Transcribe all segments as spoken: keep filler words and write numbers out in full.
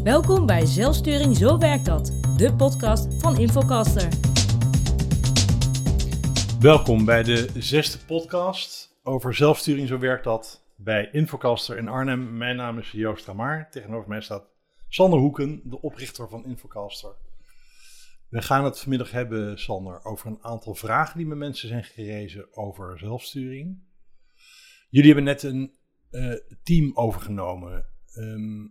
Welkom bij Zelfsturing Zo Werkt Dat, de podcast van Infocaster. Welkom bij de zesde podcast over zelfsturing Zo Werkt Dat bij Infocaster in Arnhem. Mijn naam is Joost Ramaar. Tegenover mij staat Sander Hoeken, de oprichter van Infocaster. We gaan het vanmiddag hebben, Sander, over een aantal vragen die met mensen zijn gerezen over zelfsturing. Jullie hebben net een uh, team overgenomen um,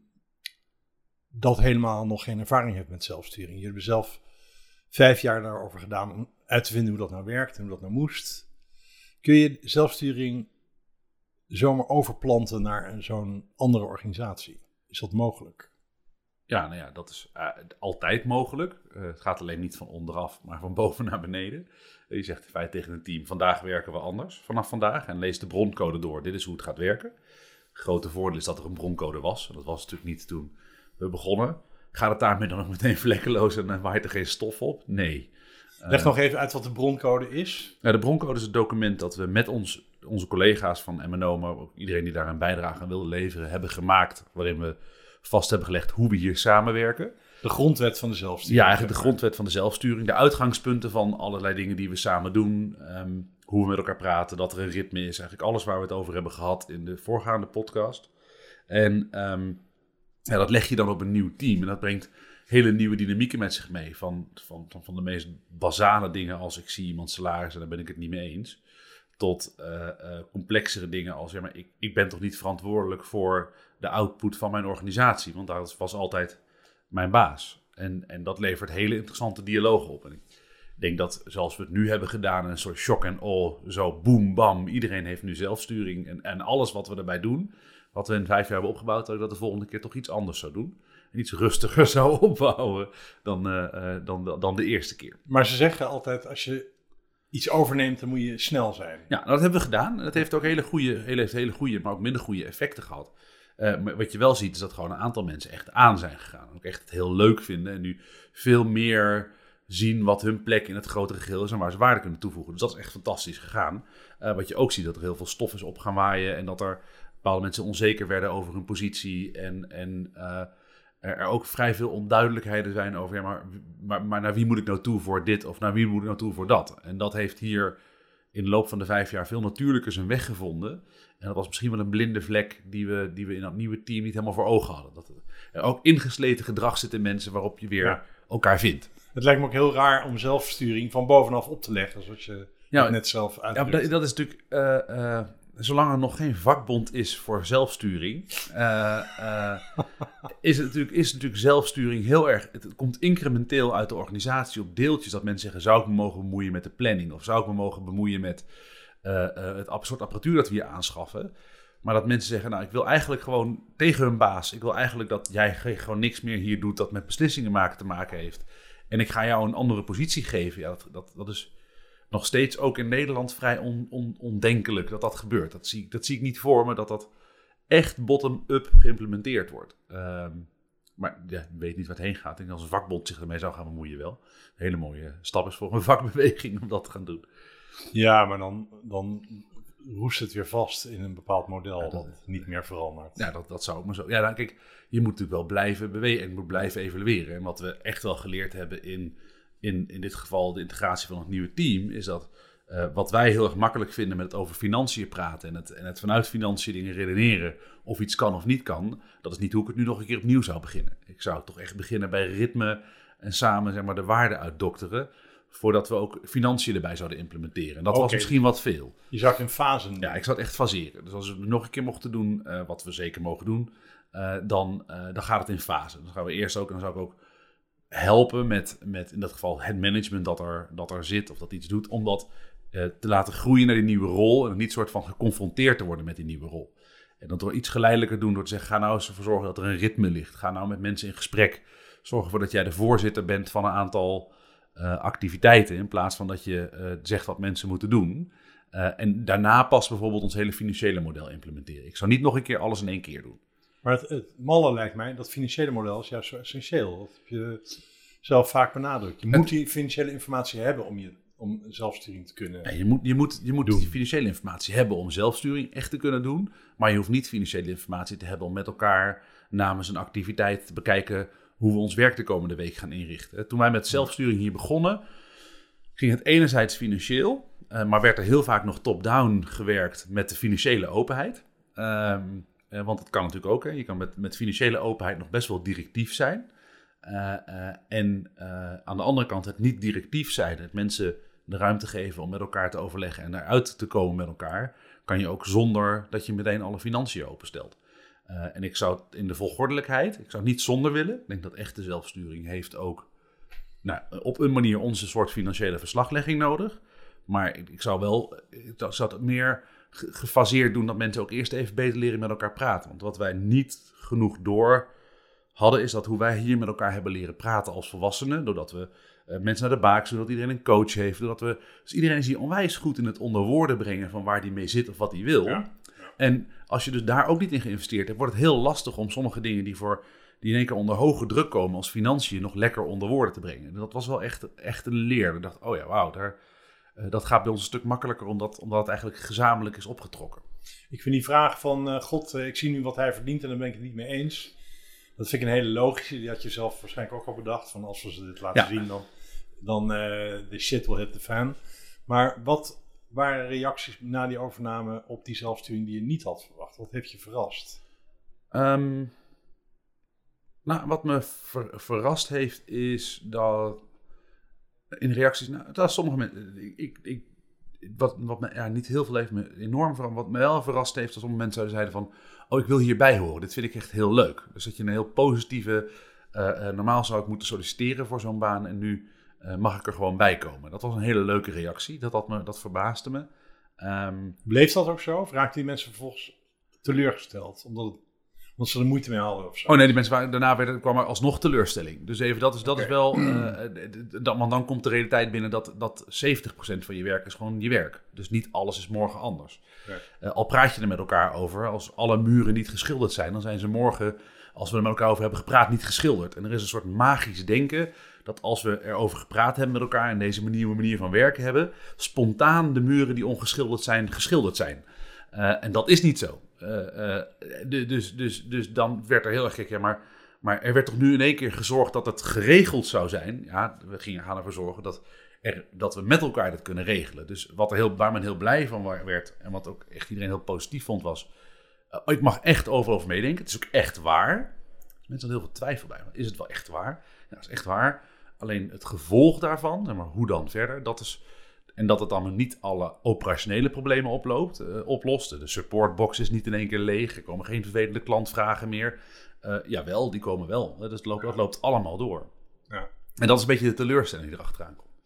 dat helemaal nog geen ervaring heeft met zelfsturing. Jullie hebben zelf vijf jaar daarover gedaan om uit te vinden hoe dat nou werkt en hoe dat nou moest. Kun je zelfsturing zomaar overplanten naar een, zo'n andere organisatie? Is dat mogelijk? Ja, nou ja, dat is uh, altijd mogelijk. Uh, het gaat alleen niet van onderaf, maar van boven naar beneden. Uh, je zegt in feite tegen een team, vandaag werken we anders vanaf vandaag. En lees de broncode door, dit is hoe het gaat werken. Het grote voordeel is dat er een broncode was. Dat was natuurlijk niet toen we begonnen. Gaat het daarmee dan nog meteen vlekkeloos en waait er geen stof op? Nee. Leg uh, nog even uit wat de broncode is. Nou, de broncode is het document dat we met ons, onze collega's van M en O, maar ook iedereen die daar een bijdrage aan wilde leveren, hebben gemaakt. Waarin we vast hebben gelegd hoe we hier samenwerken. De grondwet van de zelfsturing. Ja, eigenlijk de grondwet van de zelfsturing. De uitgangspunten van allerlei dingen die we samen doen. Um, hoe we met elkaar praten, dat er een ritme is. Eigenlijk alles waar we het over hebben gehad in de voorgaande podcast. En um, ja, dat leg je dan op een nieuw team. En dat brengt hele nieuwe dynamieken met zich mee. Van, van, van de meest basale dingen als ik zie iemand salaris en daar ben ik het niet mee eens. Tot uh, uh, complexere dingen als, ja, maar ik, ik ben toch niet verantwoordelijk voor de output van mijn organisatie. Want dat was altijd mijn baas. En, en dat levert hele interessante dialogen op. En ik denk dat zoals we het nu hebben gedaan, een soort shock en awe, zo boem bam, iedereen heeft nu zelfsturing. En, en alles wat we daarbij doen, wat we in vijf jaar hebben opgebouwd, dat ik dat de volgende keer toch iets anders zou doen. En iets rustiger zou opbouwen dan, uh, uh, dan, dan de eerste keer. Maar ze zeggen altijd, als je iets overneemt, dan moet je snel zijn. Ja, dat hebben we gedaan. En dat heeft ook hele goede, hele, hele goede, maar ook minder goede effecten gehad. Uh, maar wat je wel ziet, is dat gewoon een aantal mensen echt aan zijn gegaan. Ook echt het heel leuk vinden. En nu veel meer zien wat hun plek in het grotere geheel is en waar ze waarde kunnen toevoegen. Dus dat is echt fantastisch gegaan. Uh, wat je ook ziet, dat er heel veel stof is op gaan waaien. En dat er bepaalde mensen onzeker werden over hun positie. En, en uh, er ook vrij veel onduidelijkheden zijn over, ja, maar, maar, maar naar wie moet ik nou toe voor dit? Of naar wie moet ik nou toe voor dat? En dat heeft hier in de loop van de vijf jaar veel natuurlijker zijn weg gevonden. En dat was misschien wel een blinde vlek die we, die we in dat nieuwe team niet helemaal voor ogen hadden. Dat er ook ingesleten gedrag zit in mensen waarop je weer ja. elkaar vindt. Het lijkt me ook heel raar om zelfsturing van bovenaf op te leggen, zoals je ja, net zelf uitdrukt. Ja, dat, dat is natuurlijk, uh, uh, zolang er nog geen vakbond is voor zelfsturing, uh, uh, is, het natuurlijk, is natuurlijk zelfsturing heel erg, het komt incrementeel uit de organisatie op deeltjes dat mensen zeggen, zou ik me mogen bemoeien met de planning? Of zou ik me mogen bemoeien met uh, uh, het soort apparatuur dat we hier aanschaffen? Maar dat mensen zeggen, nou, ik wil eigenlijk gewoon tegen hun baas, ik wil eigenlijk dat jij gewoon niks meer hier doet dat met beslissingen maken te maken heeft. En ik ga jou een andere positie geven. Ja, dat, dat, dat is nog steeds ook in Nederland vrij on, on, ondenkelijk dat dat gebeurt. Dat zie, dat zie ik niet voor me, dat dat echt bottom-up geïmplementeerd wordt. Um, maar ja, ik weet niet waar het heen gaat. Ik denk als een vakbond zich ermee zou gaan bemoeien wel. Een hele mooie stap is voor een vakbeweging om dat te gaan doen. Ja, maar dan, dan roest het weer vast in een bepaald model ja, dat, dat niet meer verandert. Ja, dat, dat zou ook maar zo. Ja, nou, kijk, je moet natuurlijk wel blijven bewegen en je moet blijven evalueren. En wat we echt wel geleerd hebben in, in, in dit geval de integratie van het nieuwe team, is dat uh, wat wij heel erg makkelijk vinden met het over financiën praten en het, en het vanuit financiën dingen redeneren of iets kan of niet kan, dat is niet hoe ik het nu nog een keer opnieuw zou beginnen. Ik zou toch echt beginnen bij ritme en samen, zeg maar, de waarde uitdokteren, voordat we ook financiën erbij zouden implementeren. En dat okay. was misschien wat veel. Je zou het in fasen doen. Ja, ik zou het echt faseren. Dus als we het nog een keer mochten doen, uh, wat we zeker mogen doen, uh, dan, uh, dan gaat het in fasen. Dan gaan we eerst ook, en dan zou ik ook helpen met, met in dat geval het management dat er, dat er zit of dat iets doet, om dat uh, te laten groeien naar die nieuwe rol en niet soort van geconfronteerd te worden met die nieuwe rol. En dat door iets geleidelijker doen, door te zeggen, ga nou eens ervoor zorgen dat er een ritme ligt. Ga nou met mensen in gesprek. Zorg ervoor dat jij de voorzitter bent van een aantal Uh, activiteiten, in plaats van dat je uh, zegt wat mensen moeten doen. Uh, en daarna pas bijvoorbeeld ons hele financiële model implementeren. Ik zou niet nog een keer alles in één keer doen. Maar het, het malle lijkt mij, dat financiële model is juist zo essentieel. Dat heb je zelf vaak benadrukt. Je het, moet die financiële informatie hebben om, je, om zelfsturing te kunnen ja, je moet, je moet, je moet doen. die financiële informatie hebben om zelfsturing echt te kunnen doen. Maar je hoeft niet financiële informatie te hebben om met elkaar namens een activiteit te bekijken hoe we ons werk de komende week gaan inrichten. Toen wij met zelfsturing hier begonnen, ging het enerzijds financieel, uh, maar werd er heel vaak nog top-down gewerkt met de financiële openheid. Um, uh, want dat kan natuurlijk ook. Hè. Je kan met, met financiële openheid nog best wel directief zijn. Uh, uh, en uh, aan de andere kant het niet directief zijn, het mensen de ruimte geven om met elkaar te overleggen en eruit te komen met elkaar, kan je ook zonder dat je meteen alle financiën openstelt. Uh, en ik zou het in de volgordelijkheid, ik zou het niet zonder willen. Ik denk dat echte zelfsturing heeft ook nou, op een manier onze soort financiële verslaglegging nodig. Maar ik, ik zou wel, ik zou het meer gefaseerd doen dat mensen ook eerst even beter leren met elkaar praten. Want wat wij niet genoeg door hadden, is dat hoe wij hier met elkaar hebben leren praten als volwassenen. Doordat we uh, mensen naar de baak, zodat iedereen een coach heeft. Doordat we, dus iedereen is hier onwijs goed in het onder woorden brengen van waar die mee zit of wat hij wil. Ja. En als je dus daar ook niet in geïnvesteerd hebt, wordt het heel lastig om sommige dingen die, voor, die in één keer onder hoge druk komen als financiën nog lekker onder woorden te brengen. Dat was wel echt, echt een leer. Ik dacht, oh ja, wauw, daar, uh, dat gaat bij ons een stuk makkelijker omdat, omdat het eigenlijk gezamenlijk is opgetrokken. Ik vind die vraag van, uh, god, uh, ik zie nu wat hij verdient en daar ben ik het niet mee eens. Dat vind ik een hele logische, die had je zelf waarschijnlijk ook al bedacht. Van als we ze dit laten ja. zien, dan, dan uh, the shit will hit the fan. Maar wat waren reacties na die overname op die zelfsturing die je niet had verwacht? Wat heeft je verrast? Um, nou, wat me ver, verrast heeft is dat in reacties, nou, dat sommige mensen, ik, ik, ik, wat, wat me, ja, niet heel veel heeft me enorm verrast, wat me wel verrast heeft, dat sommige mensen zeiden van, oh, ik wil hierbij horen, dit vind ik echt heel leuk. Dus dat je een heel positieve, uh, uh, normaal zou ik moeten solliciteren voor zo'n baan en nu Uh, mag ik er gewoon bij komen. Dat was een hele leuke reactie. Dat, had me, dat verbaasde me. Um, Bleef dat ook zo? Of raakten die mensen vervolgens teleurgesteld? Omdat, het, omdat ze er moeite mee hadden of zo? Oh nee, die mensen waren, daarna werd, kwam er alsnog teleurstelling. Dus even, dat is, dat okay. is wel... Uh, dat, want dan komt de realiteit binnen dat, dat zeventig procent van je werk is gewoon je werk. Dus niet alles is morgen anders. Okay. Uh, al praat je er met elkaar over. Als alle muren niet geschilderd zijn, dan zijn ze morgen, als we er met elkaar over hebben gepraat, niet geschilderd. En er is een soort magisch denken dat als we erover gepraat hebben met elkaar en deze manier, manier van werken hebben, spontaan de muren die ongeschilderd zijn, geschilderd zijn. Uh, en dat is niet zo. Uh, uh, de, dus, dus, dus dan werd er heel erg gek, ja, maar, maar er werd toch nu in één keer gezorgd dat het geregeld zou zijn. Ja, we gingen gaan ervoor zorgen dat, er, dat we met elkaar dit kunnen regelen. Dus wat er heel, waar men heel blij van werd en wat ook echt iedereen heel positief vond was, uh, ik mag echt overal over meedenken. Het is ook echt waar. Mensen hadden heel veel twijfel bij, maar is het wel echt waar? Ja, dat is echt waar. Alleen het gevolg daarvan, zeg maar, hoe dan verder, dat is, en dat het dan niet alle operationele problemen oploopt, uh, oplost. De supportbox is niet in één keer leeg, er komen geen vervelende klantvragen meer. Uh, jawel, die komen wel. Dus dat loopt, dat loopt allemaal door. Ja. En dat is een beetje de teleurstelling die erachteraan komt.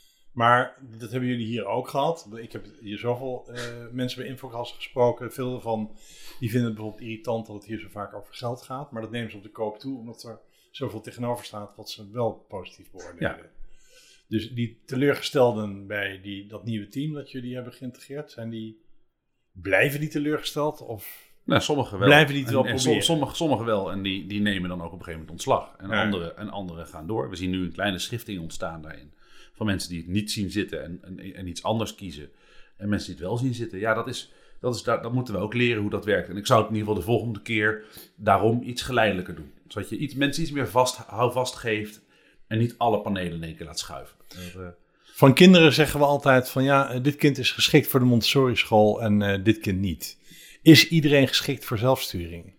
Maar dat hebben jullie hier ook gehad. Ik heb hier zoveel uh, mensen bij Infocast gesproken. Veel daarvan die vinden het bijvoorbeeld irritant dat het hier zo vaak over geld gaat. Maar dat nemen ze op de koop toe, omdat er zoveel tegenover staat wat ze wel positief beoordelen. Ja. Dus die teleurgestelden bij die, dat nieuwe team dat jullie hebben geïntegreerd, zijn die, blijven die teleurgesteld? Of nou, sommigen wel. Blijven die het wel en, proberen? En sommigen, sommigen wel en die, die nemen dan ook op een gegeven moment ontslag. En, ja. anderen, en anderen gaan door. We zien nu een kleine schifting ontstaan daarin. Van mensen die het niet zien zitten en, en, en iets anders kiezen. En mensen die het wel zien zitten. Ja, dat is, dat is, dat, dat moeten we ook leren hoe dat werkt. En ik zou het in ieder geval de volgende keer daarom iets geleidelijker doen. Zodat je iets, mensen iets meer vast, houvast geeft en niet alle panelen in één keer laat schuiven. Dat, uh... Van kinderen zeggen we altijd van ja, dit kind is geschikt voor de Montessori school en uh, dit kind niet. Is iedereen geschikt voor zelfsturing?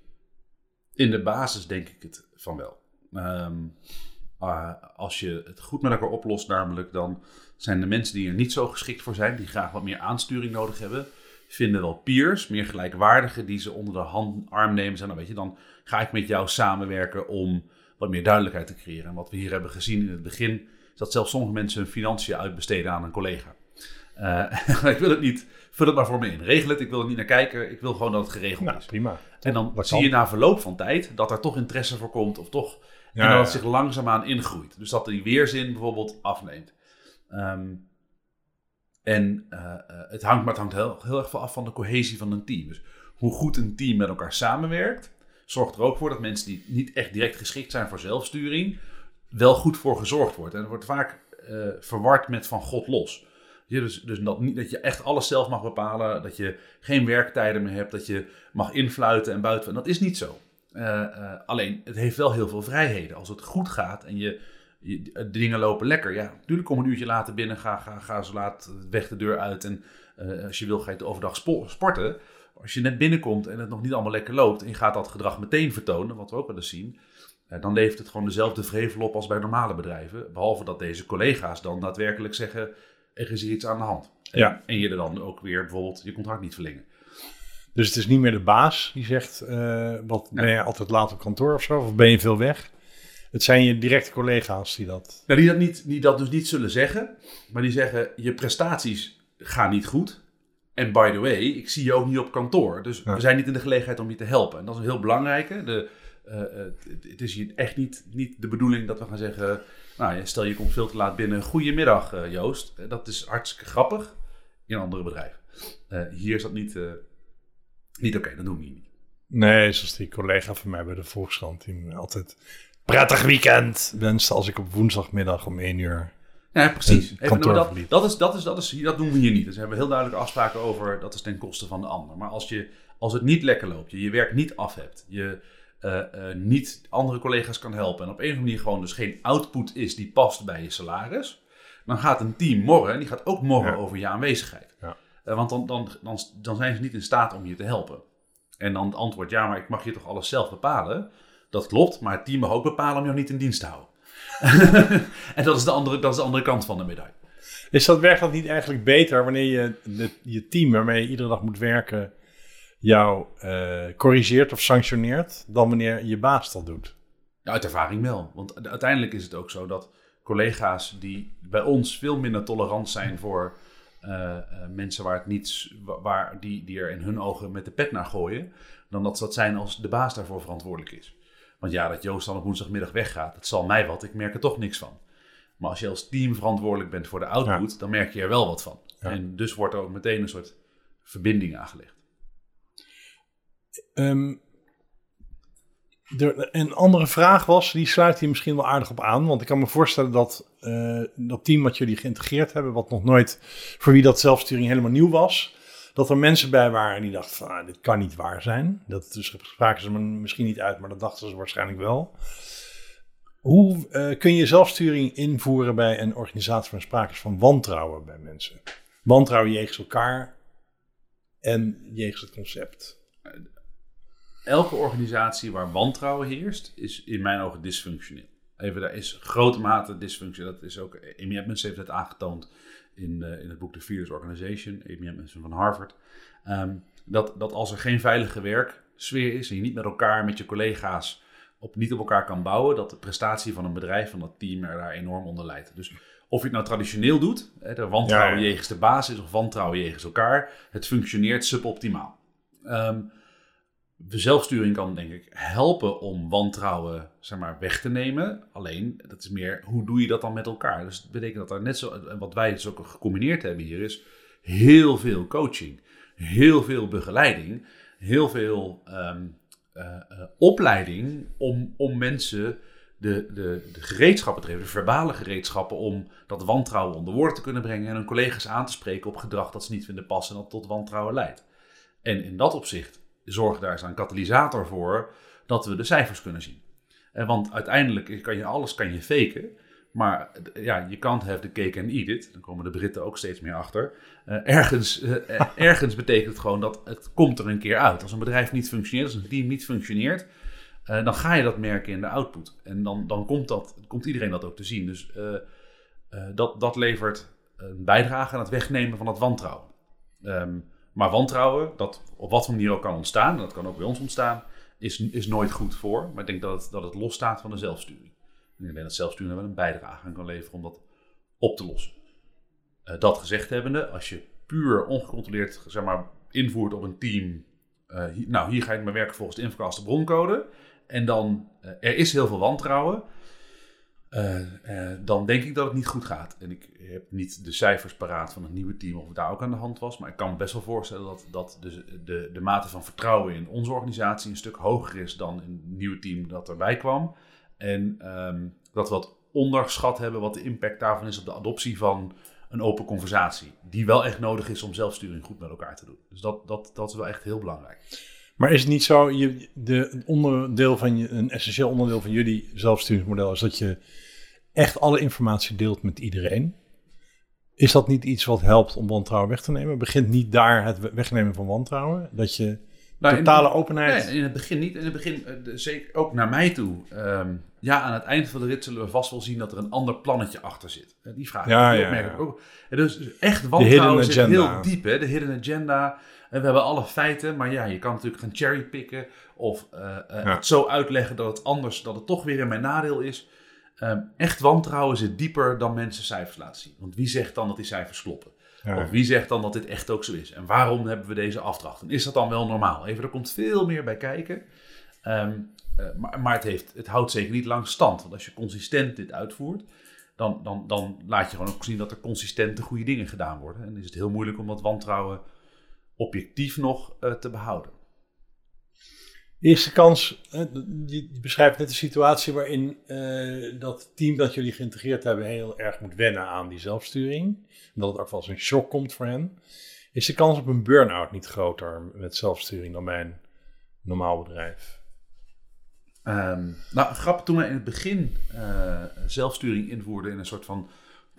In de basis denk ik het van wel. Um, uh, als je het goed met elkaar oplost namelijk, dan zijn de mensen die er niet zo geschikt voor zijn, die graag wat meer aansturing nodig hebben, vinden wel peers, meer gelijkwaardigen die ze onder de hand, arm nemen. Zijn, dan weet je, dan ga ik met jou samenwerken om wat meer duidelijkheid te creëren. En wat we hier hebben gezien in het begin, is dat zelfs sommige mensen hun financiën uitbesteden aan een collega. Uh, ik wil het niet, vul het maar voor me in. Regel het, ik wil er niet naar kijken, ik wil gewoon dat het geregeld nou, is. Prima. En dan dat zie kan. je na verloop van tijd dat er toch interesse voor komt, of toch, ja, en dat het ja. zich langzaamaan ingroeit. Dus dat die weerzin bijvoorbeeld afneemt. Um, En uh, uh, het hangt, maar het hangt heel, heel erg veel af van de cohesie van een team. Dus hoe goed een team met elkaar samenwerkt, zorgt er ook voor dat mensen die niet echt direct geschikt zijn voor zelfsturing, wel goed voor gezorgd wordt. En er wordt vaak uh, verward met van God los. Ja, dus dus dat, niet, dat je echt alles zelf mag bepalen, dat je geen werktijden meer hebt, dat je mag influiten en buiten. En dat is niet zo. Uh, uh, alleen, het heeft wel heel veel vrijheden. Als het goed gaat en je, je de dingen lopen lekker. Ja, natuurlijk kom een uurtje later binnen, ga, ga, ga zo laat weg de deur uit. En uh, als je wil, ga je overdag spo- sporten. Als je net binnenkomt en het nog niet allemaal lekker loopt en je gaat dat gedrag meteen vertonen, wat we ook wel eens zien, uh, dan levert het gewoon dezelfde vrevel op als bij normale bedrijven. Behalve dat deze collega's dan daadwerkelijk zeggen, er is hier iets aan de hand. Ja. En, en je er dan ook weer bijvoorbeeld je contract niet verlengen. Dus het is niet meer de baas die zegt, uh, wat, ben je altijd laat op kantoor of zo? Of ben je veel weg? Het zijn je directe collega's die dat... Nou, die dat, niet, die dat dus niet zullen zeggen. Maar die zeggen, je prestaties gaan niet goed. En by the way, ik zie je ook niet op kantoor. Dus ja. we zijn niet in de gelegenheid om je te helpen. En dat is een heel belangrijke. De, uh, uh, het is hier echt niet, niet de bedoeling dat we gaan zeggen, nou, stel je komt veel te laat binnen. Goedemiddag uh, Joost. Dat is hartstikke grappig in andere bedrijven. Uh, hier is dat niet... Uh, Niet oké, okay, dat doen we niet. Nee, zoals die collega van mij bij de Volkskrant, die me altijd prettig weekend wenste als ik op woensdagmiddag om één uur. Ja, precies. Even, nou, dat, dat, is, dat, is, dat, is, dat doen we hier niet. Dus we hebben heel duidelijke afspraken over, dat is ten koste van de ander. Maar als, je, als het niet lekker loopt, je je werk niet af hebt, je uh, uh, niet andere collega's kan helpen en op een of andere manier gewoon dus geen output is die past bij je salaris, dan gaat een team morren en die gaat ook morren ja. over je aanwezigheid. Ja. Uh, want dan, dan, dan, dan zijn ze niet in staat om je te helpen. En dan het antwoord, ja, maar ik mag je toch alles zelf bepalen? Dat klopt, maar het team mag ook bepalen om jou niet in dienst te houden. En dat is, de andere, dat is de andere kant van de medaille. Is dat, werkt dat niet eigenlijk beter wanneer je de, je team waarmee je iedere dag moet werken jou uh, corrigeert of sanctioneert dan wanneer je baas dat doet? Ja, uit ervaring wel. Want uiteindelijk is het ook zo dat collega's die bij ons veel minder tolerant zijn voor uh, uh, mensen waar het niet, waar, die, die er in hun ogen met de pet naar gooien, dan dat ze dat zijn als de baas daarvoor verantwoordelijk is. Want ja, dat Joost dan op woensdagmiddag weggaat, dat zal mij wat, ik merk er toch niks van. Maar als je als team verantwoordelijk bent voor de output, ja. dan merk je er wel wat van. Ja. En dus wordt er ook meteen een soort verbinding aangelegd. Um, de, een andere vraag was, die sluit hier misschien wel aardig op aan. Want ik kan me voorstellen dat uh, dat team wat jullie geïntegreerd hebben, wat nog nooit, voor wie dat zelfsturing helemaal nieuw was, dat er mensen bij waren die dachten van, ah, dit kan niet waar zijn. Dat dus spraken ze me misschien niet uit, maar dat dachten ze waarschijnlijk wel. Hoe uh, kun je zelfsturing invoeren bij een organisatie waar sprake is van wantrouwen bij mensen? Wantrouwen jegens elkaar en jegens het concept. Elke organisatie waar wantrouwen heerst, is in mijn ogen dysfunctioneel. Even, daar is grote mate dysfunctioneel. Dat is ook, Amy Edmonds heeft het aangetoond in, uh, in het boek The Fearless Organization. Amy Edmonds van Harvard. Um, dat, dat als er geen veilige werksfeer is en je niet met elkaar, met je collega's, op, niet op elkaar kan bouwen, dat de prestatie van een bedrijf, van dat team, er daar enorm onder leidt. Dus of je het nou traditioneel doet, hè, de wantrouwen ja, ja. jegens de basis of wantrouwen jegens elkaar, het functioneert suboptimaal. Um, de zelfsturing kan denk ik helpen om wantrouwen zeg maar, weg te nemen. Alleen, dat is meer, hoe doe je dat dan met elkaar? Dus dat betekent dat er net zo, en wat wij dus ook gecombineerd hebben hier, is heel veel coaching, heel veel begeleiding, heel veel um, uh, uh, opleiding om, om mensen de, de, de gereedschappen te geven, de verbale gereedschappen om dat wantrouwen onder woorden te kunnen brengen en hun collega's aan te spreken op gedrag dat ze niet vinden passen en dat tot wantrouwen leidt. En in dat opzicht zorg daar eens een katalysator voor dat we de cijfers kunnen zien. En want uiteindelijk kan je alles kan je faken, maar ja, je can't have the cake and eat it. Dan komen de Britten ook steeds meer achter. Uh, ergens, uh, ergens betekent het gewoon dat het komt er een keer uit. Als een bedrijf niet functioneert, als een team niet functioneert, uh, dan ga je dat merken in de output. En dan, dan komt, dat, komt iedereen dat ook te zien. Dus uh, uh, dat, dat levert een bijdrage aan het wegnemen van dat wantrouwen. Um, Maar wantrouwen, dat op wat manier ook kan ontstaan, en dat kan ook bij ons ontstaan, is, is nooit goed voor. Maar ik denk dat het, dat het losstaat van de zelfsturing. En ik denk dat zelfsturing er wel een bijdrage aan kan leveren om dat op te lossen. Uh, dat gezegd hebbende, als je puur ongecontroleerd zeg maar, invoert op een team, uh, hier, nou hier ga ik maar werken volgens de Infocaster broncode, en dan uh, er is heel veel wantrouwen, Uh, uh, dan denk ik dat het niet goed gaat. En ik heb niet de cijfers paraat van het nieuwe team of het daar ook aan de hand was. Maar ik kan me best wel voorstellen dat, dat de, de, de mate van vertrouwen in onze organisatie een stuk hoger is dan in het nieuwe team dat erbij kwam. En um, dat we wat onderschat hebben wat de impact daarvan is op de adoptie van een open conversatie. Die wel echt nodig is om zelfsturing goed met elkaar te doen. Dus dat, dat, dat is wel echt heel belangrijk. Maar is het niet zo, je, de, een, onderdeel van je, een essentieel onderdeel van jullie zelfsturingsmodel is dat je echt alle informatie deelt met iedereen? Is dat niet iets wat helpt om wantrouwen weg te nemen? Begint niet daar het wegnemen van wantrouwen? Dat je nou, totale in, openheid... Nee, in het begin niet. In het begin, uh, de, zeker ook naar mij toe. Um, ja, aan het eind van de rit zullen we vast wel zien dat er een ander plannetje achter zit. Uh, die vraag ja, die ja, opmerk ik ja. ook. En dus echt wantrouwen zit agenda. heel diep. Hè? De hidden agenda. En we hebben alle feiten. Maar ja, je kan natuurlijk gaan cherrypicken. Of uh, uh, ja. het zo uitleggen dat het anders, dat het toch weer in mijn nadeel is. Um, echt wantrouwen zit dieper dan mensen cijfers laten zien. Want wie zegt dan dat die cijfers kloppen? Ja. Of wie zegt dan dat dit echt ook zo is? En waarom hebben we deze afdracht? En is dat dan wel normaal? Even, er komt veel meer bij kijken. Um, uh, maar maar het, heeft, het houdt zeker niet lang stand. Want als je consistent dit uitvoert, dan, dan, dan laat je gewoon ook zien dat er consistent de goede dingen gedaan worden. En dan is het heel moeilijk om dat wantrouwen objectief nog uh, te behouden. Eerste kans, je beschrijft net een situatie waarin uh, dat team dat jullie geïntegreerd hebben heel erg moet wennen aan die zelfsturing. En dat het ook wel eens een shock komt voor hen. Is de kans op een burn-out niet groter met zelfsturing dan bij een normaal bedrijf? Um, nou, grappig, toen we in het begin uh, zelfsturing invoerden in een soort van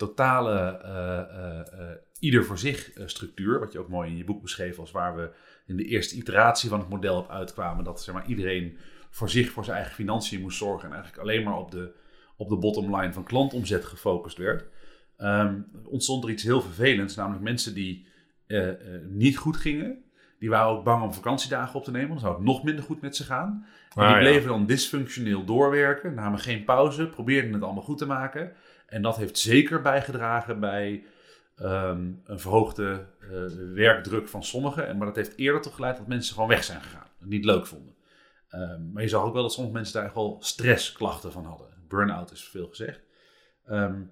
totale uh, uh, uh, ieder voor zich uh, structuur, wat je ook mooi in je boek beschreef als waar we in de eerste iteratie van het model op uitkwamen, dat zeg maar, iedereen voor zich, voor zijn eigen financiën moest zorgen en eigenlijk alleen maar op de, op de bottom line van klantomzet gefocust werd, um, ontstond er iets heel vervelends, namelijk mensen die uh, uh, niet goed gingen, die waren ook bang om vakantiedagen op te nemen, dan zou het nog minder goed met ze gaan. En die ah, bleven ja. dan dysfunctioneel doorwerken, namen geen pauze, probeerden het allemaal goed te maken. En dat heeft zeker bijgedragen bij um, een verhoogde uh, werkdruk van sommigen. En, maar dat heeft eerder toch geleid dat mensen gewoon weg zijn gegaan. Het niet leuk vonden. Um, maar je zag ook wel dat sommige mensen daar echt wel stressklachten van hadden. Burn-out is veel gezegd. Um,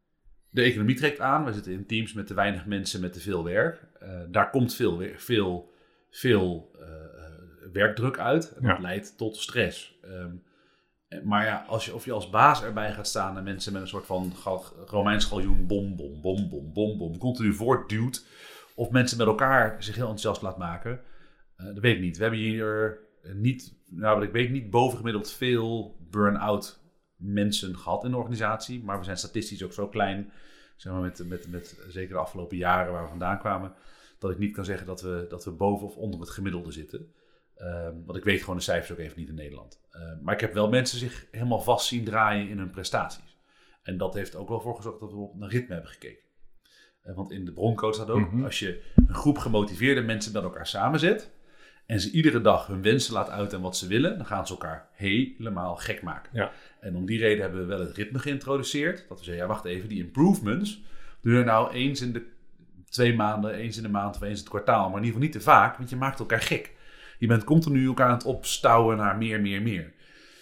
de economie trekt aan. We zitten in teams met te weinig mensen met te veel werk. Uh, daar komt veel, veel, veel uh, werkdruk uit. En dat ja. leidt tot stress. Um, Maar ja, als je, of je als baas erbij gaat staan en mensen met een soort van Romeins galjoen bom, bom, bom, bom, bom, bom, continu voortduwt. Of mensen met elkaar zich heel enthousiast laat maken. Uh, dat weet ik niet. We hebben hier niet, nou ik weet niet, bovengemiddeld veel burn-out mensen gehad in de organisatie. Maar we zijn statistisch ook zo klein, zeg maar met, met, met zeker de afgelopen jaren waar we vandaan kwamen, dat ik niet kan zeggen dat we, dat we boven of onder het gemiddelde zitten. Um, want ik weet gewoon de cijfers ook even niet in Nederland. Uh, maar ik heb wel mensen zich helemaal vast zien draaien in hun prestaties. En dat heeft ook wel voor gezorgd dat we op een ritme hebben gekeken. Uh, want in de broncode staat ook, mm-hmm. als je een groep gemotiveerde mensen met elkaar samenzet en ze iedere dag hun wensen laat uiten en wat ze willen, dan gaan ze elkaar helemaal gek maken. Ja. En om die reden hebben we wel het ritme geïntroduceerd. Dat we zeggen, ja wacht even, die improvements doe je nou eens in de twee maanden, eens in de maand of eens in het kwartaal. Maar in ieder geval niet te vaak, want je maakt elkaar gek. Je bent continu elkaar aan het opstouwen naar meer, meer, meer.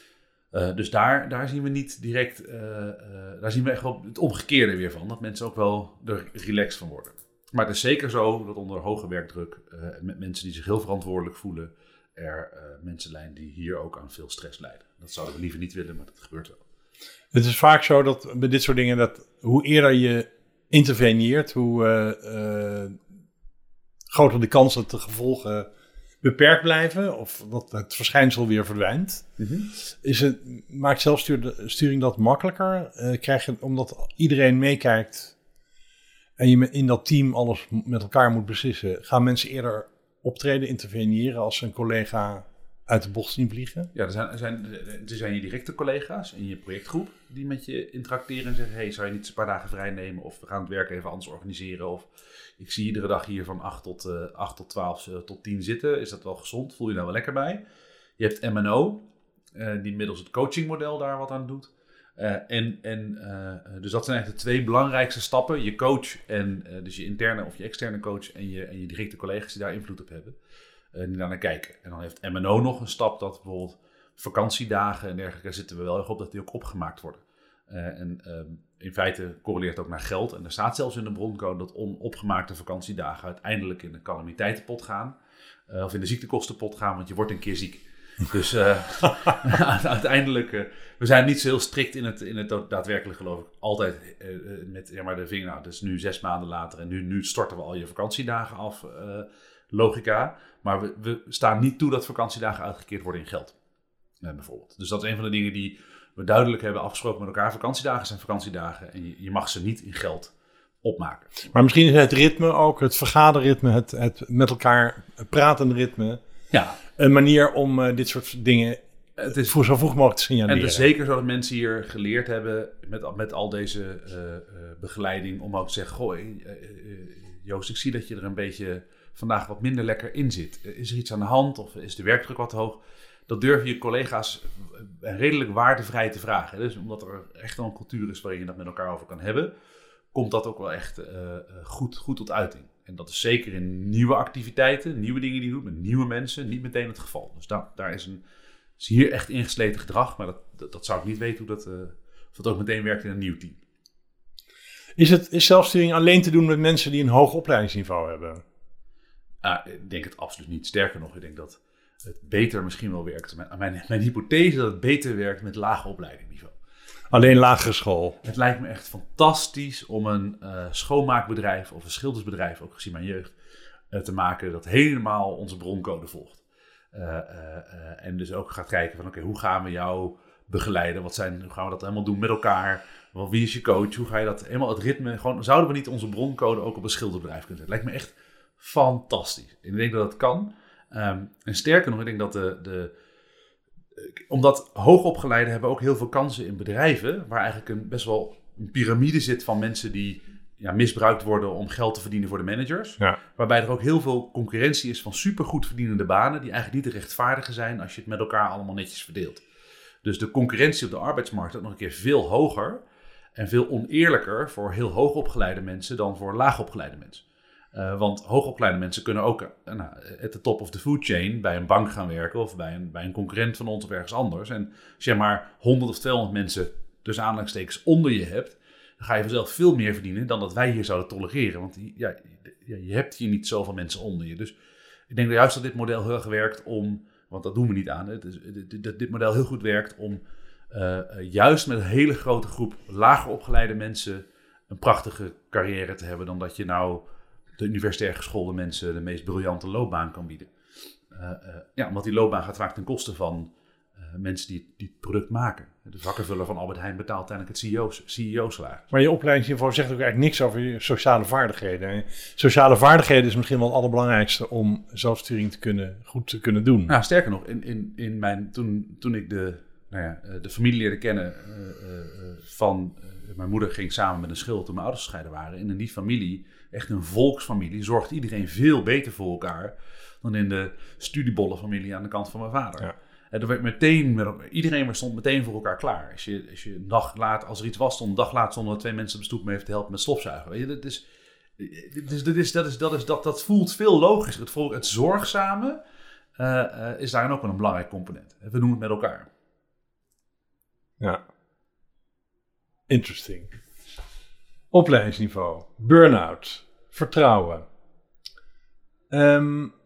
Uh, dus daar, daar zien we niet direct, uh, uh, daar zien we echt wel het omgekeerde weer van. Dat mensen ook wel er relaxed van worden. Maar het is zeker zo dat onder hoge werkdruk, uh, met mensen die zich heel verantwoordelijk voelen, er uh, mensen zijn die hier ook aan veel stress lijden. Dat zouden we liever niet willen, maar dat gebeurt wel. Het is vaak zo dat bij dit soort dingen, dat hoe eerder je interveneert, hoe uh, uh, groter de kans dat de gevolgen beperkt blijven of dat het verschijnsel weer verdwijnt. Mm-hmm. Is het, maakt zelfsturing dat makkelijker? Uh, krijg je, omdat iedereen meekijkt en je in dat team alles met elkaar moet beslissen, gaan mensen eerder optreden, interveneren als ze een collega uit de bocht zien vliegen? Ja, er zijn, er zijn, er zijn je directe collega's in je projectgroep die met je interacteren en zeggen, hey, zou je niet een paar dagen vrij nemen of we gaan het werk even anders organiseren of ik zie iedere dag hier van acht tot, uh, acht tot twaalf uh, tot tien zitten. Is dat wel gezond? Voel je daar wel lekker bij? Je hebt M en O, uh, die middels het coachingmodel daar wat aan doet. Uh, en, en, uh, dus dat zijn eigenlijk de twee belangrijkste stappen. Je coach, en, uh, dus je interne of je externe coach en je, en je directe collega's die daar invloed op hebben. Uh, die daar naar kijken. En dan heeft M en O nog een stap dat bijvoorbeeld vakantiedagen en dergelijke, daar zitten we wel erg op dat die ook opgemaakt worden. Uh, en uh, in feite correleert het ook naar geld. En er staat zelfs in de broncode dat onopgemaakte vakantiedagen uiteindelijk in de calamiteitenpot gaan. Uh, of in de ziektekostenpot gaan, want je wordt een keer ziek. Dus uh, uiteindelijk, uh, we zijn niet zo heel strikt in het, in het daadwerkelijk geloof ik. Altijd uh, met ja, maar de vinger, nou, dus nu zes maanden later en nu, nu storten we al je vakantiedagen af. Uh, logica. Maar we, we staan niet toe dat vakantiedagen uitgekeerd worden in geld. Uh, bijvoorbeeld. Dus dat is een van de dingen die we duidelijk hebben afgesproken met elkaar. Vakantiedagen zijn vakantiedagen en je, je mag ze niet in geld opmaken. Maar misschien is het ritme ook, het vergaderritme, het, het met elkaar praten ritme, ja. een manier om uh, dit soort dingen het is, voor zo vroeg mogelijk te signaleren. En het is zeker zo dat mensen hier geleerd hebben met, met al deze uh, uh, begeleiding om ook te zeggen, goh, uh, uh, Joost, ik zie dat je er een beetje vandaag wat minder lekker in zit. Uh, is er iets aan de hand of is de werkdruk wat hoog? Dat durf je collega's redelijk waardevrij te vragen. Dus omdat er echt wel een cultuur is waarin je dat met elkaar over kan hebben, komt dat ook wel echt uh, goed, goed tot uiting. En dat is zeker in nieuwe activiteiten, nieuwe dingen die je doet met nieuwe mensen, niet meteen het geval. Dus daar, daar is, een, is hier echt ingesleten gedrag, maar dat, dat, dat zou ik niet weten hoe dat, uh, of dat ook meteen werkt in een nieuw team. Is, het, is zelfsturing alleen te doen met mensen die een hoog opleidingsniveau hebben? Uh, ik denk het absoluut niet. Sterker nog, ik denk dat het beter misschien wel werkt. Mijn, mijn, mijn hypothese dat het beter werkt met lage opleidingniveau. Alleen lagere school. Het lijkt me echt fantastisch om een uh, schoonmaakbedrijf of een schildersbedrijf, ook gezien mijn jeugd, uh, te maken dat helemaal onze broncode volgt. Uh, uh, uh, en dus ook gaat kijken van oké, okay, hoe gaan we jou begeleiden? Wat zijn, hoe gaan we dat helemaal doen met elkaar? Wie is je coach? Hoe ga je dat helemaal het ritme? Gewoon, zouden we niet onze broncode ook op een schildersbedrijf kunnen zetten? Lijkt me echt fantastisch. En ik denk dat dat kan. Um, en sterker nog, ik denk dat de, de omdat hoogopgeleiden hebben ook heel veel kansen in bedrijven, waar eigenlijk een, best wel een piramide zit van mensen die ja, misbruikt worden om geld te verdienen voor de managers. Ja. Waarbij er ook heel veel concurrentie is van supergoed verdienende banen, die eigenlijk niet te rechtvaardigen zijn als je het met elkaar allemaal netjes verdeelt. Dus de concurrentie op de arbeidsmarkt is nog een keer veel hoger en veel oneerlijker voor heel hoogopgeleide mensen dan voor laagopgeleide mensen. Uh, want hoogopgeleide mensen kunnen ook uh, nou, at the top of the food chain bij een bank gaan werken of bij een, bij een concurrent van ons of ergens anders. En als je maar honderd of tweehonderd mensen tussen aanhalingstekens onder je hebt, dan ga je vanzelf veel meer verdienen dan dat wij hier zouden tolereren. Want ja, je hebt hier niet zoveel mensen onder je. Dus ik denk juist dat dit model heel erg werkt om, want dat doen we niet aan, het is, dit, dit model heel goed werkt om uh, juist met een hele grote groep lager opgeleide mensen een prachtige carrière te hebben dan dat je nou de universitair geschoolde mensen de meest briljante loopbaan kan bieden. Uh, uh, ja, omdat die loopbaan gaat vaak ten koste van uh, mensen die, die het product maken. De vakkenvuller van Albert Heijn betaalt uiteindelijk het C E O-salaris. Maar je opleidingsniveau zegt ook eigenlijk niks over je sociale vaardigheden. Sociale vaardigheden is misschien wel het allerbelangrijkste om zelfsturing te kunnen, goed te kunnen doen. Nou, sterker nog, in, in, in mijn, toen, toen ik de, nou ja, de familie leerde kennen uh, uh, van... Uh, mijn moeder ging samen met een schil toen mijn ouders gescheiden waren. En in die familie, echt een volksfamilie, zorgt iedereen veel beter voor elkaar dan in de studiebollenfamilie aan de kant van mijn vader. Ja. En er werd meteen, iedereen stond meteen voor elkaar klaar. Als je, als je een dag later, als er iets was, stond een dag later stonden er twee mensen op de stoep mee te helpen met stofzuigen. Weet je, dat is, dus dat, is, dat, is, dat, is, dat, dat voelt veel logischer. Het, het zorgzame uh, uh, is daarin ook wel een belangrijk component. We doen het met elkaar. Ja. Interesting. Opleidingsniveau, burn-out, vertrouwen. Um,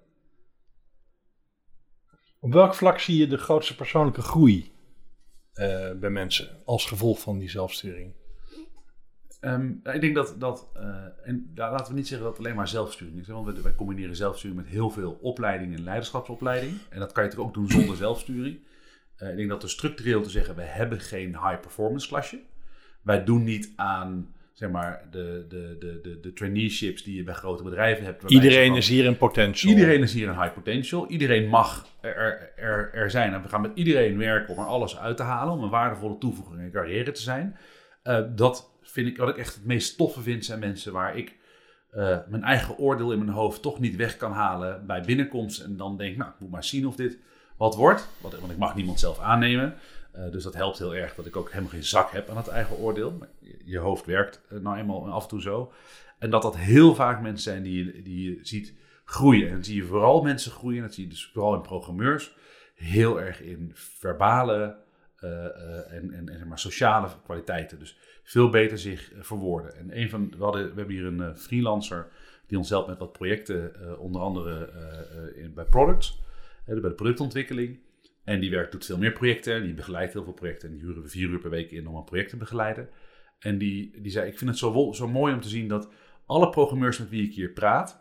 op welk vlak zie je de grootste persoonlijke groei uh, bij mensen als gevolg van die zelfsturing? Um, ik denk dat, dat uh, en ja, laten we niet zeggen dat het alleen maar zelfsturing is. Hè? Want wij, wij combineren zelfsturing met heel veel opleiding en leiderschapsopleiding. En dat kan je natuurlijk ook doen zonder zelfsturing. Uh, ik denk dat er structureel te zeggen, we hebben geen high performance klasje. Wij doen niet aan, zeg maar, de, de, de, de, de traineeships die je bij grote bedrijven hebt. Iedereen van, is hier een potential. Iedereen is hier een high potential. Iedereen mag er, er, er zijn. En we gaan met iedereen werken om er alles uit te halen. Om een waardevolle toevoeging in je carrière te zijn. Uh, dat vind ik, wat ik echt het meest toffe vind, zijn mensen waar ik uh, mijn eigen oordeel in mijn hoofd toch niet weg kan halen bij binnenkomst. En dan denk, nou, ik moet maar zien of dit wat wordt. Want ik mag niemand zelf aannemen. Uh, dus dat helpt heel erg dat ik ook helemaal geen zak heb aan het eigen oordeel. Maar je, je hoofd werkt uh, nou eenmaal af en toe zo. En dat dat heel vaak mensen zijn die je, die je ziet groeien. En dan zie je vooral mensen groeien. En dat zie je dus vooral in programmeurs. Heel erg in verbale uh, uh, en, en, en zeg maar sociale kwaliteiten. Dus veel beter zich uh, verwoorden. En een van, we, hadden, we hebben hier een uh, freelancer die ons helpt met wat projecten. Uh, onder andere uh, uh, in, bij products. Uh, bij de productontwikkeling. En die werkt, doet veel meer projecten. Die begeleidt heel veel projecten. En die huren we vier uur per week in om een project te begeleiden. En die, die zei, ik vind het zo, zo mooi om te zien dat alle programmeurs met wie ik hier praat,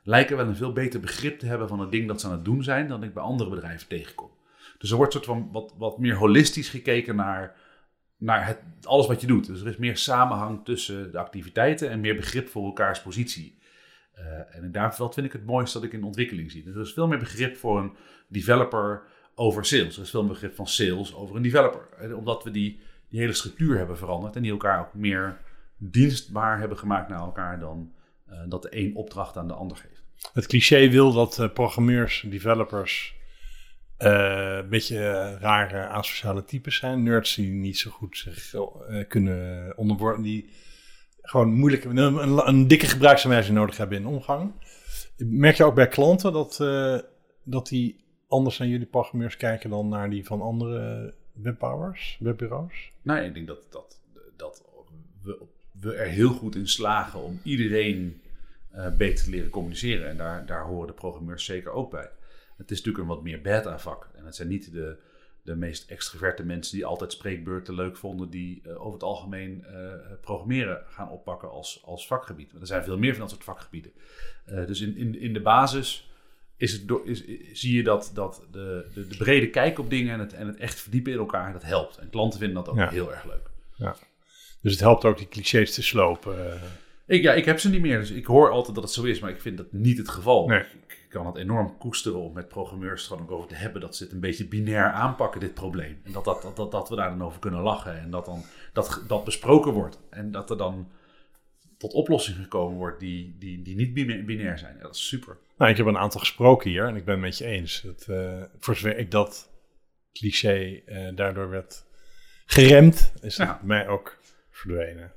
lijken wel een veel beter begrip te hebben van het ding dat ze aan het doen zijn dan ik bij andere bedrijven tegenkom. Dus er wordt soort van wat, wat meer holistisch gekeken naar, naar het, alles wat je doet. Dus er is meer samenhang tussen de activiteiten en meer begrip voor elkaars positie. Uh, en in daarvan vind ik het mooiste dat ik in de ontwikkeling zie. Dus er is veel meer begrip voor een developer over sales. Er is veel meer begrip van sales over een developer. Omdat we die, die hele structuur hebben veranderd en die elkaar ook meer dienstbaar hebben gemaakt naar elkaar dan uh, dat de een opdracht aan de ander geeft. Het cliché wil dat uh, programmeurs, developers uh, een beetje uh, rare asociale types zijn. Nerds die niet zo goed zich uh, kunnen onderworpen, die gewoon moeilijk een, een, een dikke gebruiksaanwijzing nodig hebben in omgang. Merk je ook bij klanten dat, uh, dat die anders naar jullie programmeurs kijken dan naar die van andere webbouwers, webbureaus? Nou, ik denk dat, dat, dat we, we er heel goed in slagen om iedereen uh, beter te leren communiceren. En daar, daar horen de programmeurs zeker ook bij. Het is natuurlijk een wat meer beta-vak. En het zijn niet de, de meest extroverte mensen die altijd spreekbeurten leuk vonden, die uh, over het algemeen uh, programmeren gaan oppakken als, als vakgebied. Maar er zijn veel meer van dat soort vakgebieden. Uh, dus in, in, in de basis is het do- is, is, zie je dat, dat de, de, de brede kijk op dingen en het, en het echt verdiepen in elkaar, dat helpt. En klanten vinden dat ook ja. heel erg leuk. Ja. Dus het helpt ook die clichés te slopen. Ik, ja, ik heb ze niet meer. Dus ik hoor altijd dat het zo is, maar ik vind dat niet het geval. Nee. Ik kan het enorm koesteren om met programmeurs gewoon ook over te hebben dat ze het een beetje binair aanpakken, dit probleem. En dat, dat, dat, dat, dat we daar dan over kunnen lachen en dat dan dat, dat besproken wordt. En dat er dan tot oplossingen gekomen wordt die, die, die niet binair zijn. Ja, dat is super. Nou, ik heb een aantal gesproken hier en ik ben het met je eens. Dat, uh, voor zover ik dat cliché uh, daardoor werd geremd, is het ja. bij mij ook verdwenen.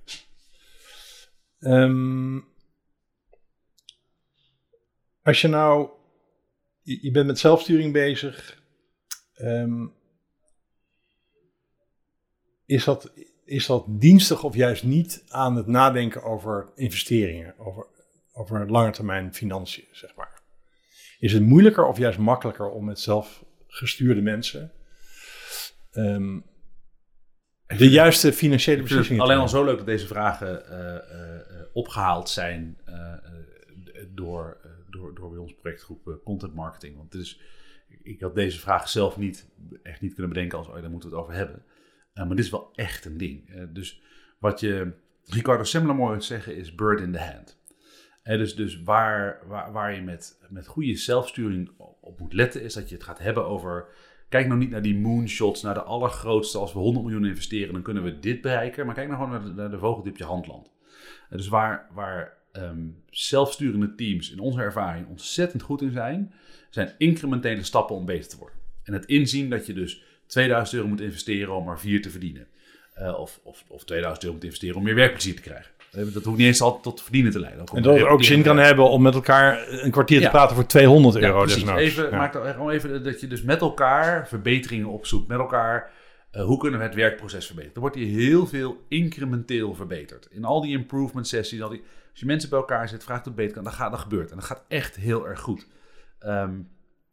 Um, als je nou, je, je bent met zelfsturing bezig, um, is dat, is dat dienstig of juist niet aan het nadenken over investeringen, over, over langetermijn financiën, zeg maar? Is het moeilijker of juist makkelijker om met zelfgestuurde mensen um, de juiste financiële beslissingen. Alleen al zo leuk dat deze vragen uh, uh, opgehaald zijn uh, uh, door, uh, door, door bij ons projectgroep uh, Content Marketing. Want het is, ik had deze vraag zelf niet, echt niet kunnen bedenken als, oh, daar moeten we het over hebben. Uh, maar dit is wel echt een ding. Uh, dus wat je Ricardo Semler mooi wil zeggen is bird in the hand. Uh, dus dus waar, waar, waar je met, met goede zelfsturing op moet letten is dat je het gaat hebben over... Kijk nou niet naar die moonshots, naar de allergrootste. Als we honderd miljoen investeren, dan kunnen we dit bereiken. Maar kijk nou gewoon naar de, naar de vogel die op je hand landt. Uh, dus waar, waar um, zelfsturende teams in onze ervaring ontzettend goed in zijn, zijn incrementele stappen om beter te worden. En het inzien dat je dus tweeduizend euro moet investeren om er vier te verdienen. Uh, of, of, of tweeduizend euro moet investeren om meer werkplezier te krijgen. Dat hoeft niet eens altijd tot verdienen te leiden. En dat het ook zin kan hebben om met elkaar een kwartier te ja. praten voor tweehonderd euro. Ja, precies. Dus even, ja. Maak er gewoon even dat je dus met elkaar verbeteringen opzoekt. Met elkaar, uh, hoe kunnen we het werkproces verbeteren? Er wordt hier heel veel incrementeel verbeterd. In al die improvement sessies, al die, als je mensen bij elkaar zet, vraagt het beter kan, dan gaat dat gebeurt. En dat gaat echt heel erg goed. Um,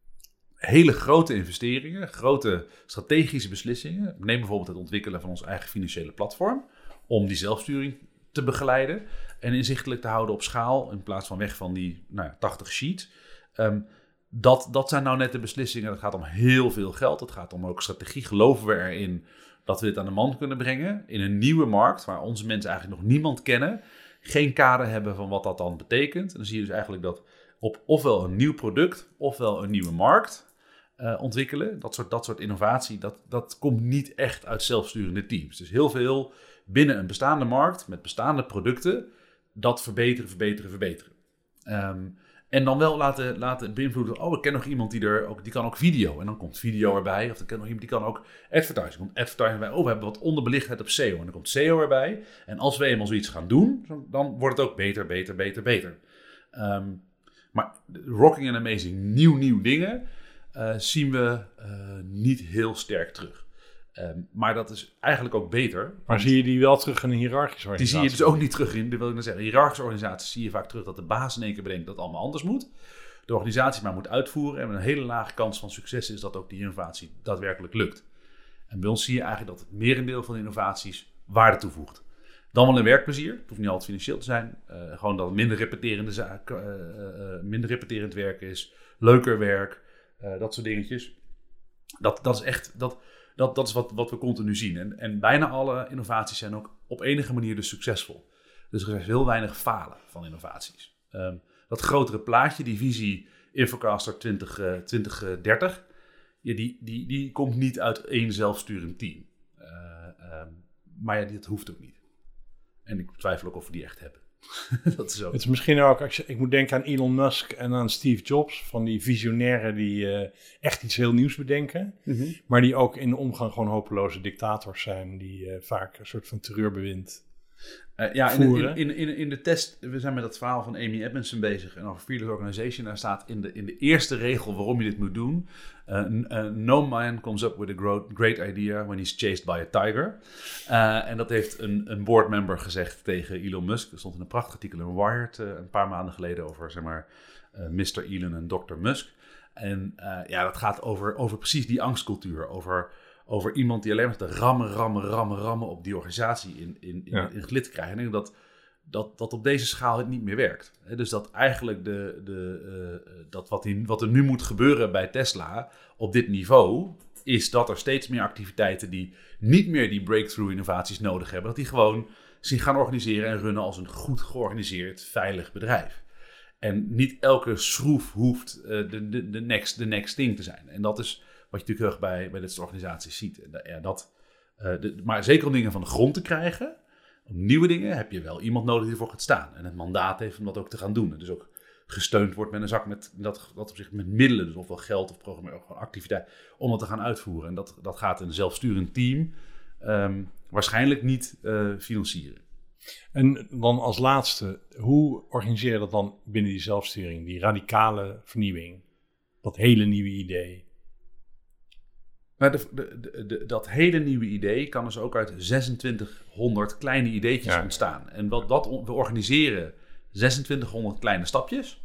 hele grote investeringen, grote strategische beslissingen. Neem bijvoorbeeld het ontwikkelen van ons eigen financiële platform. Om die zelfsturing te begeleiden en inzichtelijk te houden op schaal in plaats van weg van die nou ja, tachtig sheets. Um, dat, dat zijn nou net de beslissingen. Het gaat om heel veel geld. Het gaat om ook strategie. Geloven we erin dat we dit aan de man kunnen brengen in een nieuwe markt waar onze mensen eigenlijk nog niemand kennen, geen kader hebben van wat dat dan betekent. En dan zie je dus eigenlijk dat op ofwel een nieuw product ofwel een nieuwe markt uh, ontwikkelen. Dat soort, dat soort innovatie, dat, dat komt niet echt uit zelfsturende teams. Dus heel veel binnen een bestaande markt met bestaande producten dat verbeteren, verbeteren, verbeteren. Um, en dan wel laten, laten beïnvloeden. Oh, ik ken nog iemand die er ook, die kan ook video. En dan komt video erbij. Of ik ken nog iemand die kan ook advertising. Komt advertising erbij. Oh, we hebben wat onderbelichtheid op S E O. En dan komt S E O erbij. En als we eenmaal zoiets gaan doen, dan wordt het ook beter, beter, beter, beter. Um, maar rocking and amazing, nieuw, nieuw dingen uh, zien we uh, niet heel sterk terug. Um, maar dat is eigenlijk ook beter. Maar zie je die wel terug in een hiërarchische organisatie? Die zie je dus ook niet terug in, dat wil ik nou zeggen. In hiërarchische organisaties zie je vaak terug dat de baas in één keer bedenkt dat het allemaal anders moet. De organisatie maar moet uitvoeren. En met een hele lage kans van succes is dat ook die innovatie daadwerkelijk lukt. En bij ons zie je eigenlijk dat het merendeel van de innovaties waarde toevoegt. Dan wel een werkplezier. Het hoeft niet altijd financieel te zijn. Uh, gewoon dat het minder repeterende zaak, uh, uh, minder repeterend werk is. Leuker werk. Uh, dat soort dingetjes. Dat, dat is echt... Dat, dat, dat is wat, wat we continu zien. En, en bijna alle innovaties zijn ook op enige manier dus succesvol. Dus er is heel weinig falen van innovaties. Um, dat grotere plaatje, die visie Infocaster twintig, uh, twintig dertig... Ja, die, die, die komt niet uit één zelfsturend team. Uh, um, maar ja, dat hoeft ook niet. En ik twijfel ook of we die echt hebben. Dat is ook. Het is misschien ook, als je, ik moet denken aan Elon Musk en aan Steve Jobs, van die visionairen die uh, echt iets heel nieuws bedenken, mm-hmm. maar die ook in de omgang gewoon hopeloze dictators zijn, die uh, vaak een soort van terreurbewind uh, ja, voeren. In, in, in, in de test, we zijn met dat verhaal van Amy Edmondson bezig en over Fearless Organization, daar staat in de, in de eerste regel waarom je dit moet doen, uh, uh, no man comes up with a great idea when he's chased by a tiger. Uh, en dat heeft een, een boardmember gezegd tegen Elon Musk. Er stond in een prachtig artikel in Wired uh, een paar maanden geleden over, zeg maar, uh, mister Elon en dokter Musk. En uh, ja, dat gaat over, over precies die angstcultuur, over... Over iemand die alleen maar te rammen, rammen, rammen, rammen op die organisatie in, in, in, ja. in het lid krijgt. En ik denk dat, dat dat op deze schaal het niet meer werkt. He, dus dat eigenlijk de, de, uh, dat wat, die, wat er nu moet gebeuren bij Tesla op dit niveau, is dat er steeds meer activiteiten die niet meer die breakthrough innovaties nodig hebben, dat die gewoon zich gaan organiseren en runnen als een goed georganiseerd, veilig bedrijf. En niet elke schroef hoeft uh, de, de, de, next, de next thing te zijn. En dat is wat je natuurlijk heel erg bij, bij dit soort organisaties ziet. Ja, dat, uh, de, maar zeker om dingen van de grond te krijgen, om nieuwe dingen, heb je wel iemand nodig die ervoor gaat staan. En het mandaat heeft om dat ook te gaan doen. En dus ook gesteund wordt met een zak met, dat, dat op zich met middelen, dus ofwel geld of programma, of gewoon activiteit, om dat te gaan uitvoeren. En dat, dat gaat een zelfsturend team um, waarschijnlijk niet uh, financieren. En dan als laatste, hoe organiseer je dat dan binnen die zelfsturing, die radicale vernieuwing, dat hele nieuwe idee? Maar de, de, de, de, dat hele nieuwe idee kan dus ook uit zesentwintighonderd kleine ideetjes ja. ontstaan. En wat, dat, we organiseren zesentwintighonderd kleine stapjes.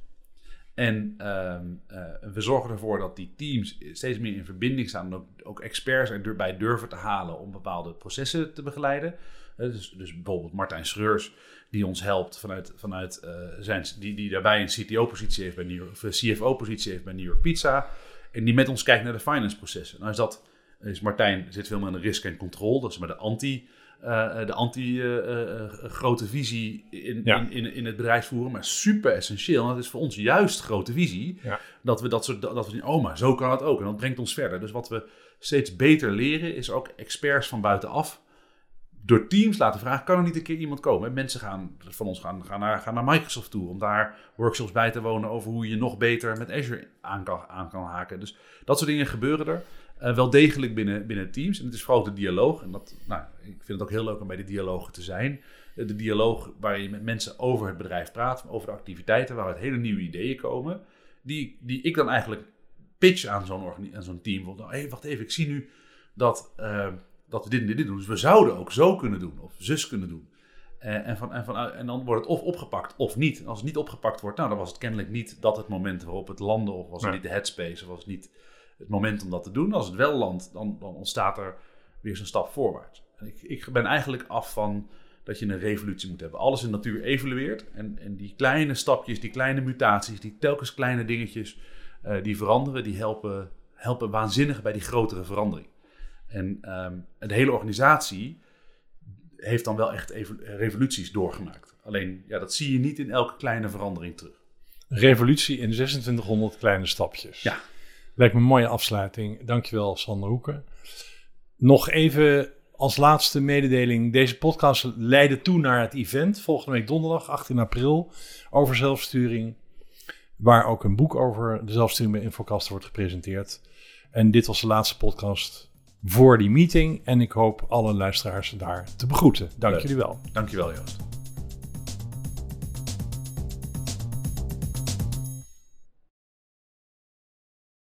En uh, uh, we zorgen ervoor dat die teams steeds meer in verbinding staan. En ook, ook experts erbij durven te halen om bepaalde processen te begeleiden. Uh, dus, dus bijvoorbeeld Martijn Schreurs, die ons helpt vanuit, vanuit uh, zijn, die, die daarbij een C T O-positie heeft bij New York, of C F O-positie heeft bij New York Pizza. En die met ons kijkt naar de finance processen. Nou is dat, is Martijn zit veel meer aan de risk en control. Dat is maar de anti, uh, de anti uh, uh, grote visie in, ja. in, in, in het bedrijfsvoeren. Maar super essentieel. En dat is voor ons juist grote visie. Ja. Dat we dat soort, dat we zien, oh maar zo kan het ook. En dat brengt ons verder. Dus wat we steeds beter leren is ook experts van buitenaf door teams laten vragen, kan er niet een keer iemand komen? Mensen gaan van ons gaan, gaan, naar, gaan naar Microsoft toe om daar workshops bij te wonen over hoe je nog beter met Azure aan kan, aan kan haken. Dus dat soort dingen gebeuren er uh, wel degelijk binnen, binnen teams. En het is vooral de dialoog. En dat, nou, ik vind het ook heel leuk om bij de dialogen te zijn. De dialoog waar je met mensen over het bedrijf praat, over de activiteiten, waaruit hele nieuwe ideeën komen. Die, die ik dan eigenlijk pitch aan zo'n, organi- aan zo'n team. Hé, hey, wacht even, ik zie nu dat... Uh, dat we dit en dit, dit doen. Dus we zouden ook zo kunnen doen. Of zus kunnen doen. Uh, en, van, en, van, en dan wordt het of opgepakt of niet. En als het niet opgepakt wordt, nou dan was het kennelijk niet dat het moment waarop het landde. Of was het nee. niet de headspace. Of was het niet het moment om dat te doen. Als het wel landt, dan, dan ontstaat er weer zo'n stap voorwaarts. En ik, ik ben eigenlijk af van dat je een revolutie moet hebben. Alles in de natuur evolueert. En, en die kleine stapjes, die kleine mutaties, die telkens kleine dingetjes uh, die veranderen, die helpen, helpen waanzinnig bij die grotere verandering. En um, de hele organisatie heeft dan wel echt evo- revoluties doorgemaakt. Alleen, ja, dat zie je niet in elke kleine verandering terug. Revolutie in zesentwintighonderd kleine stapjes. Ja. Lijkt me een mooie afsluiting. Dankjewel, Sander Hoeken. Nog even als laatste mededeling. Deze podcast leidde toe naar het event. Volgende week donderdag, achttien april, over zelfsturing. Waar ook een boek over de zelfsturing bij Infocaster wordt gepresenteerd. En dit was de laatste podcast voor die meeting. En ik hoop alle luisteraars daar te begroeten. Dank Leuk. jullie wel. Dank je wel, Joost.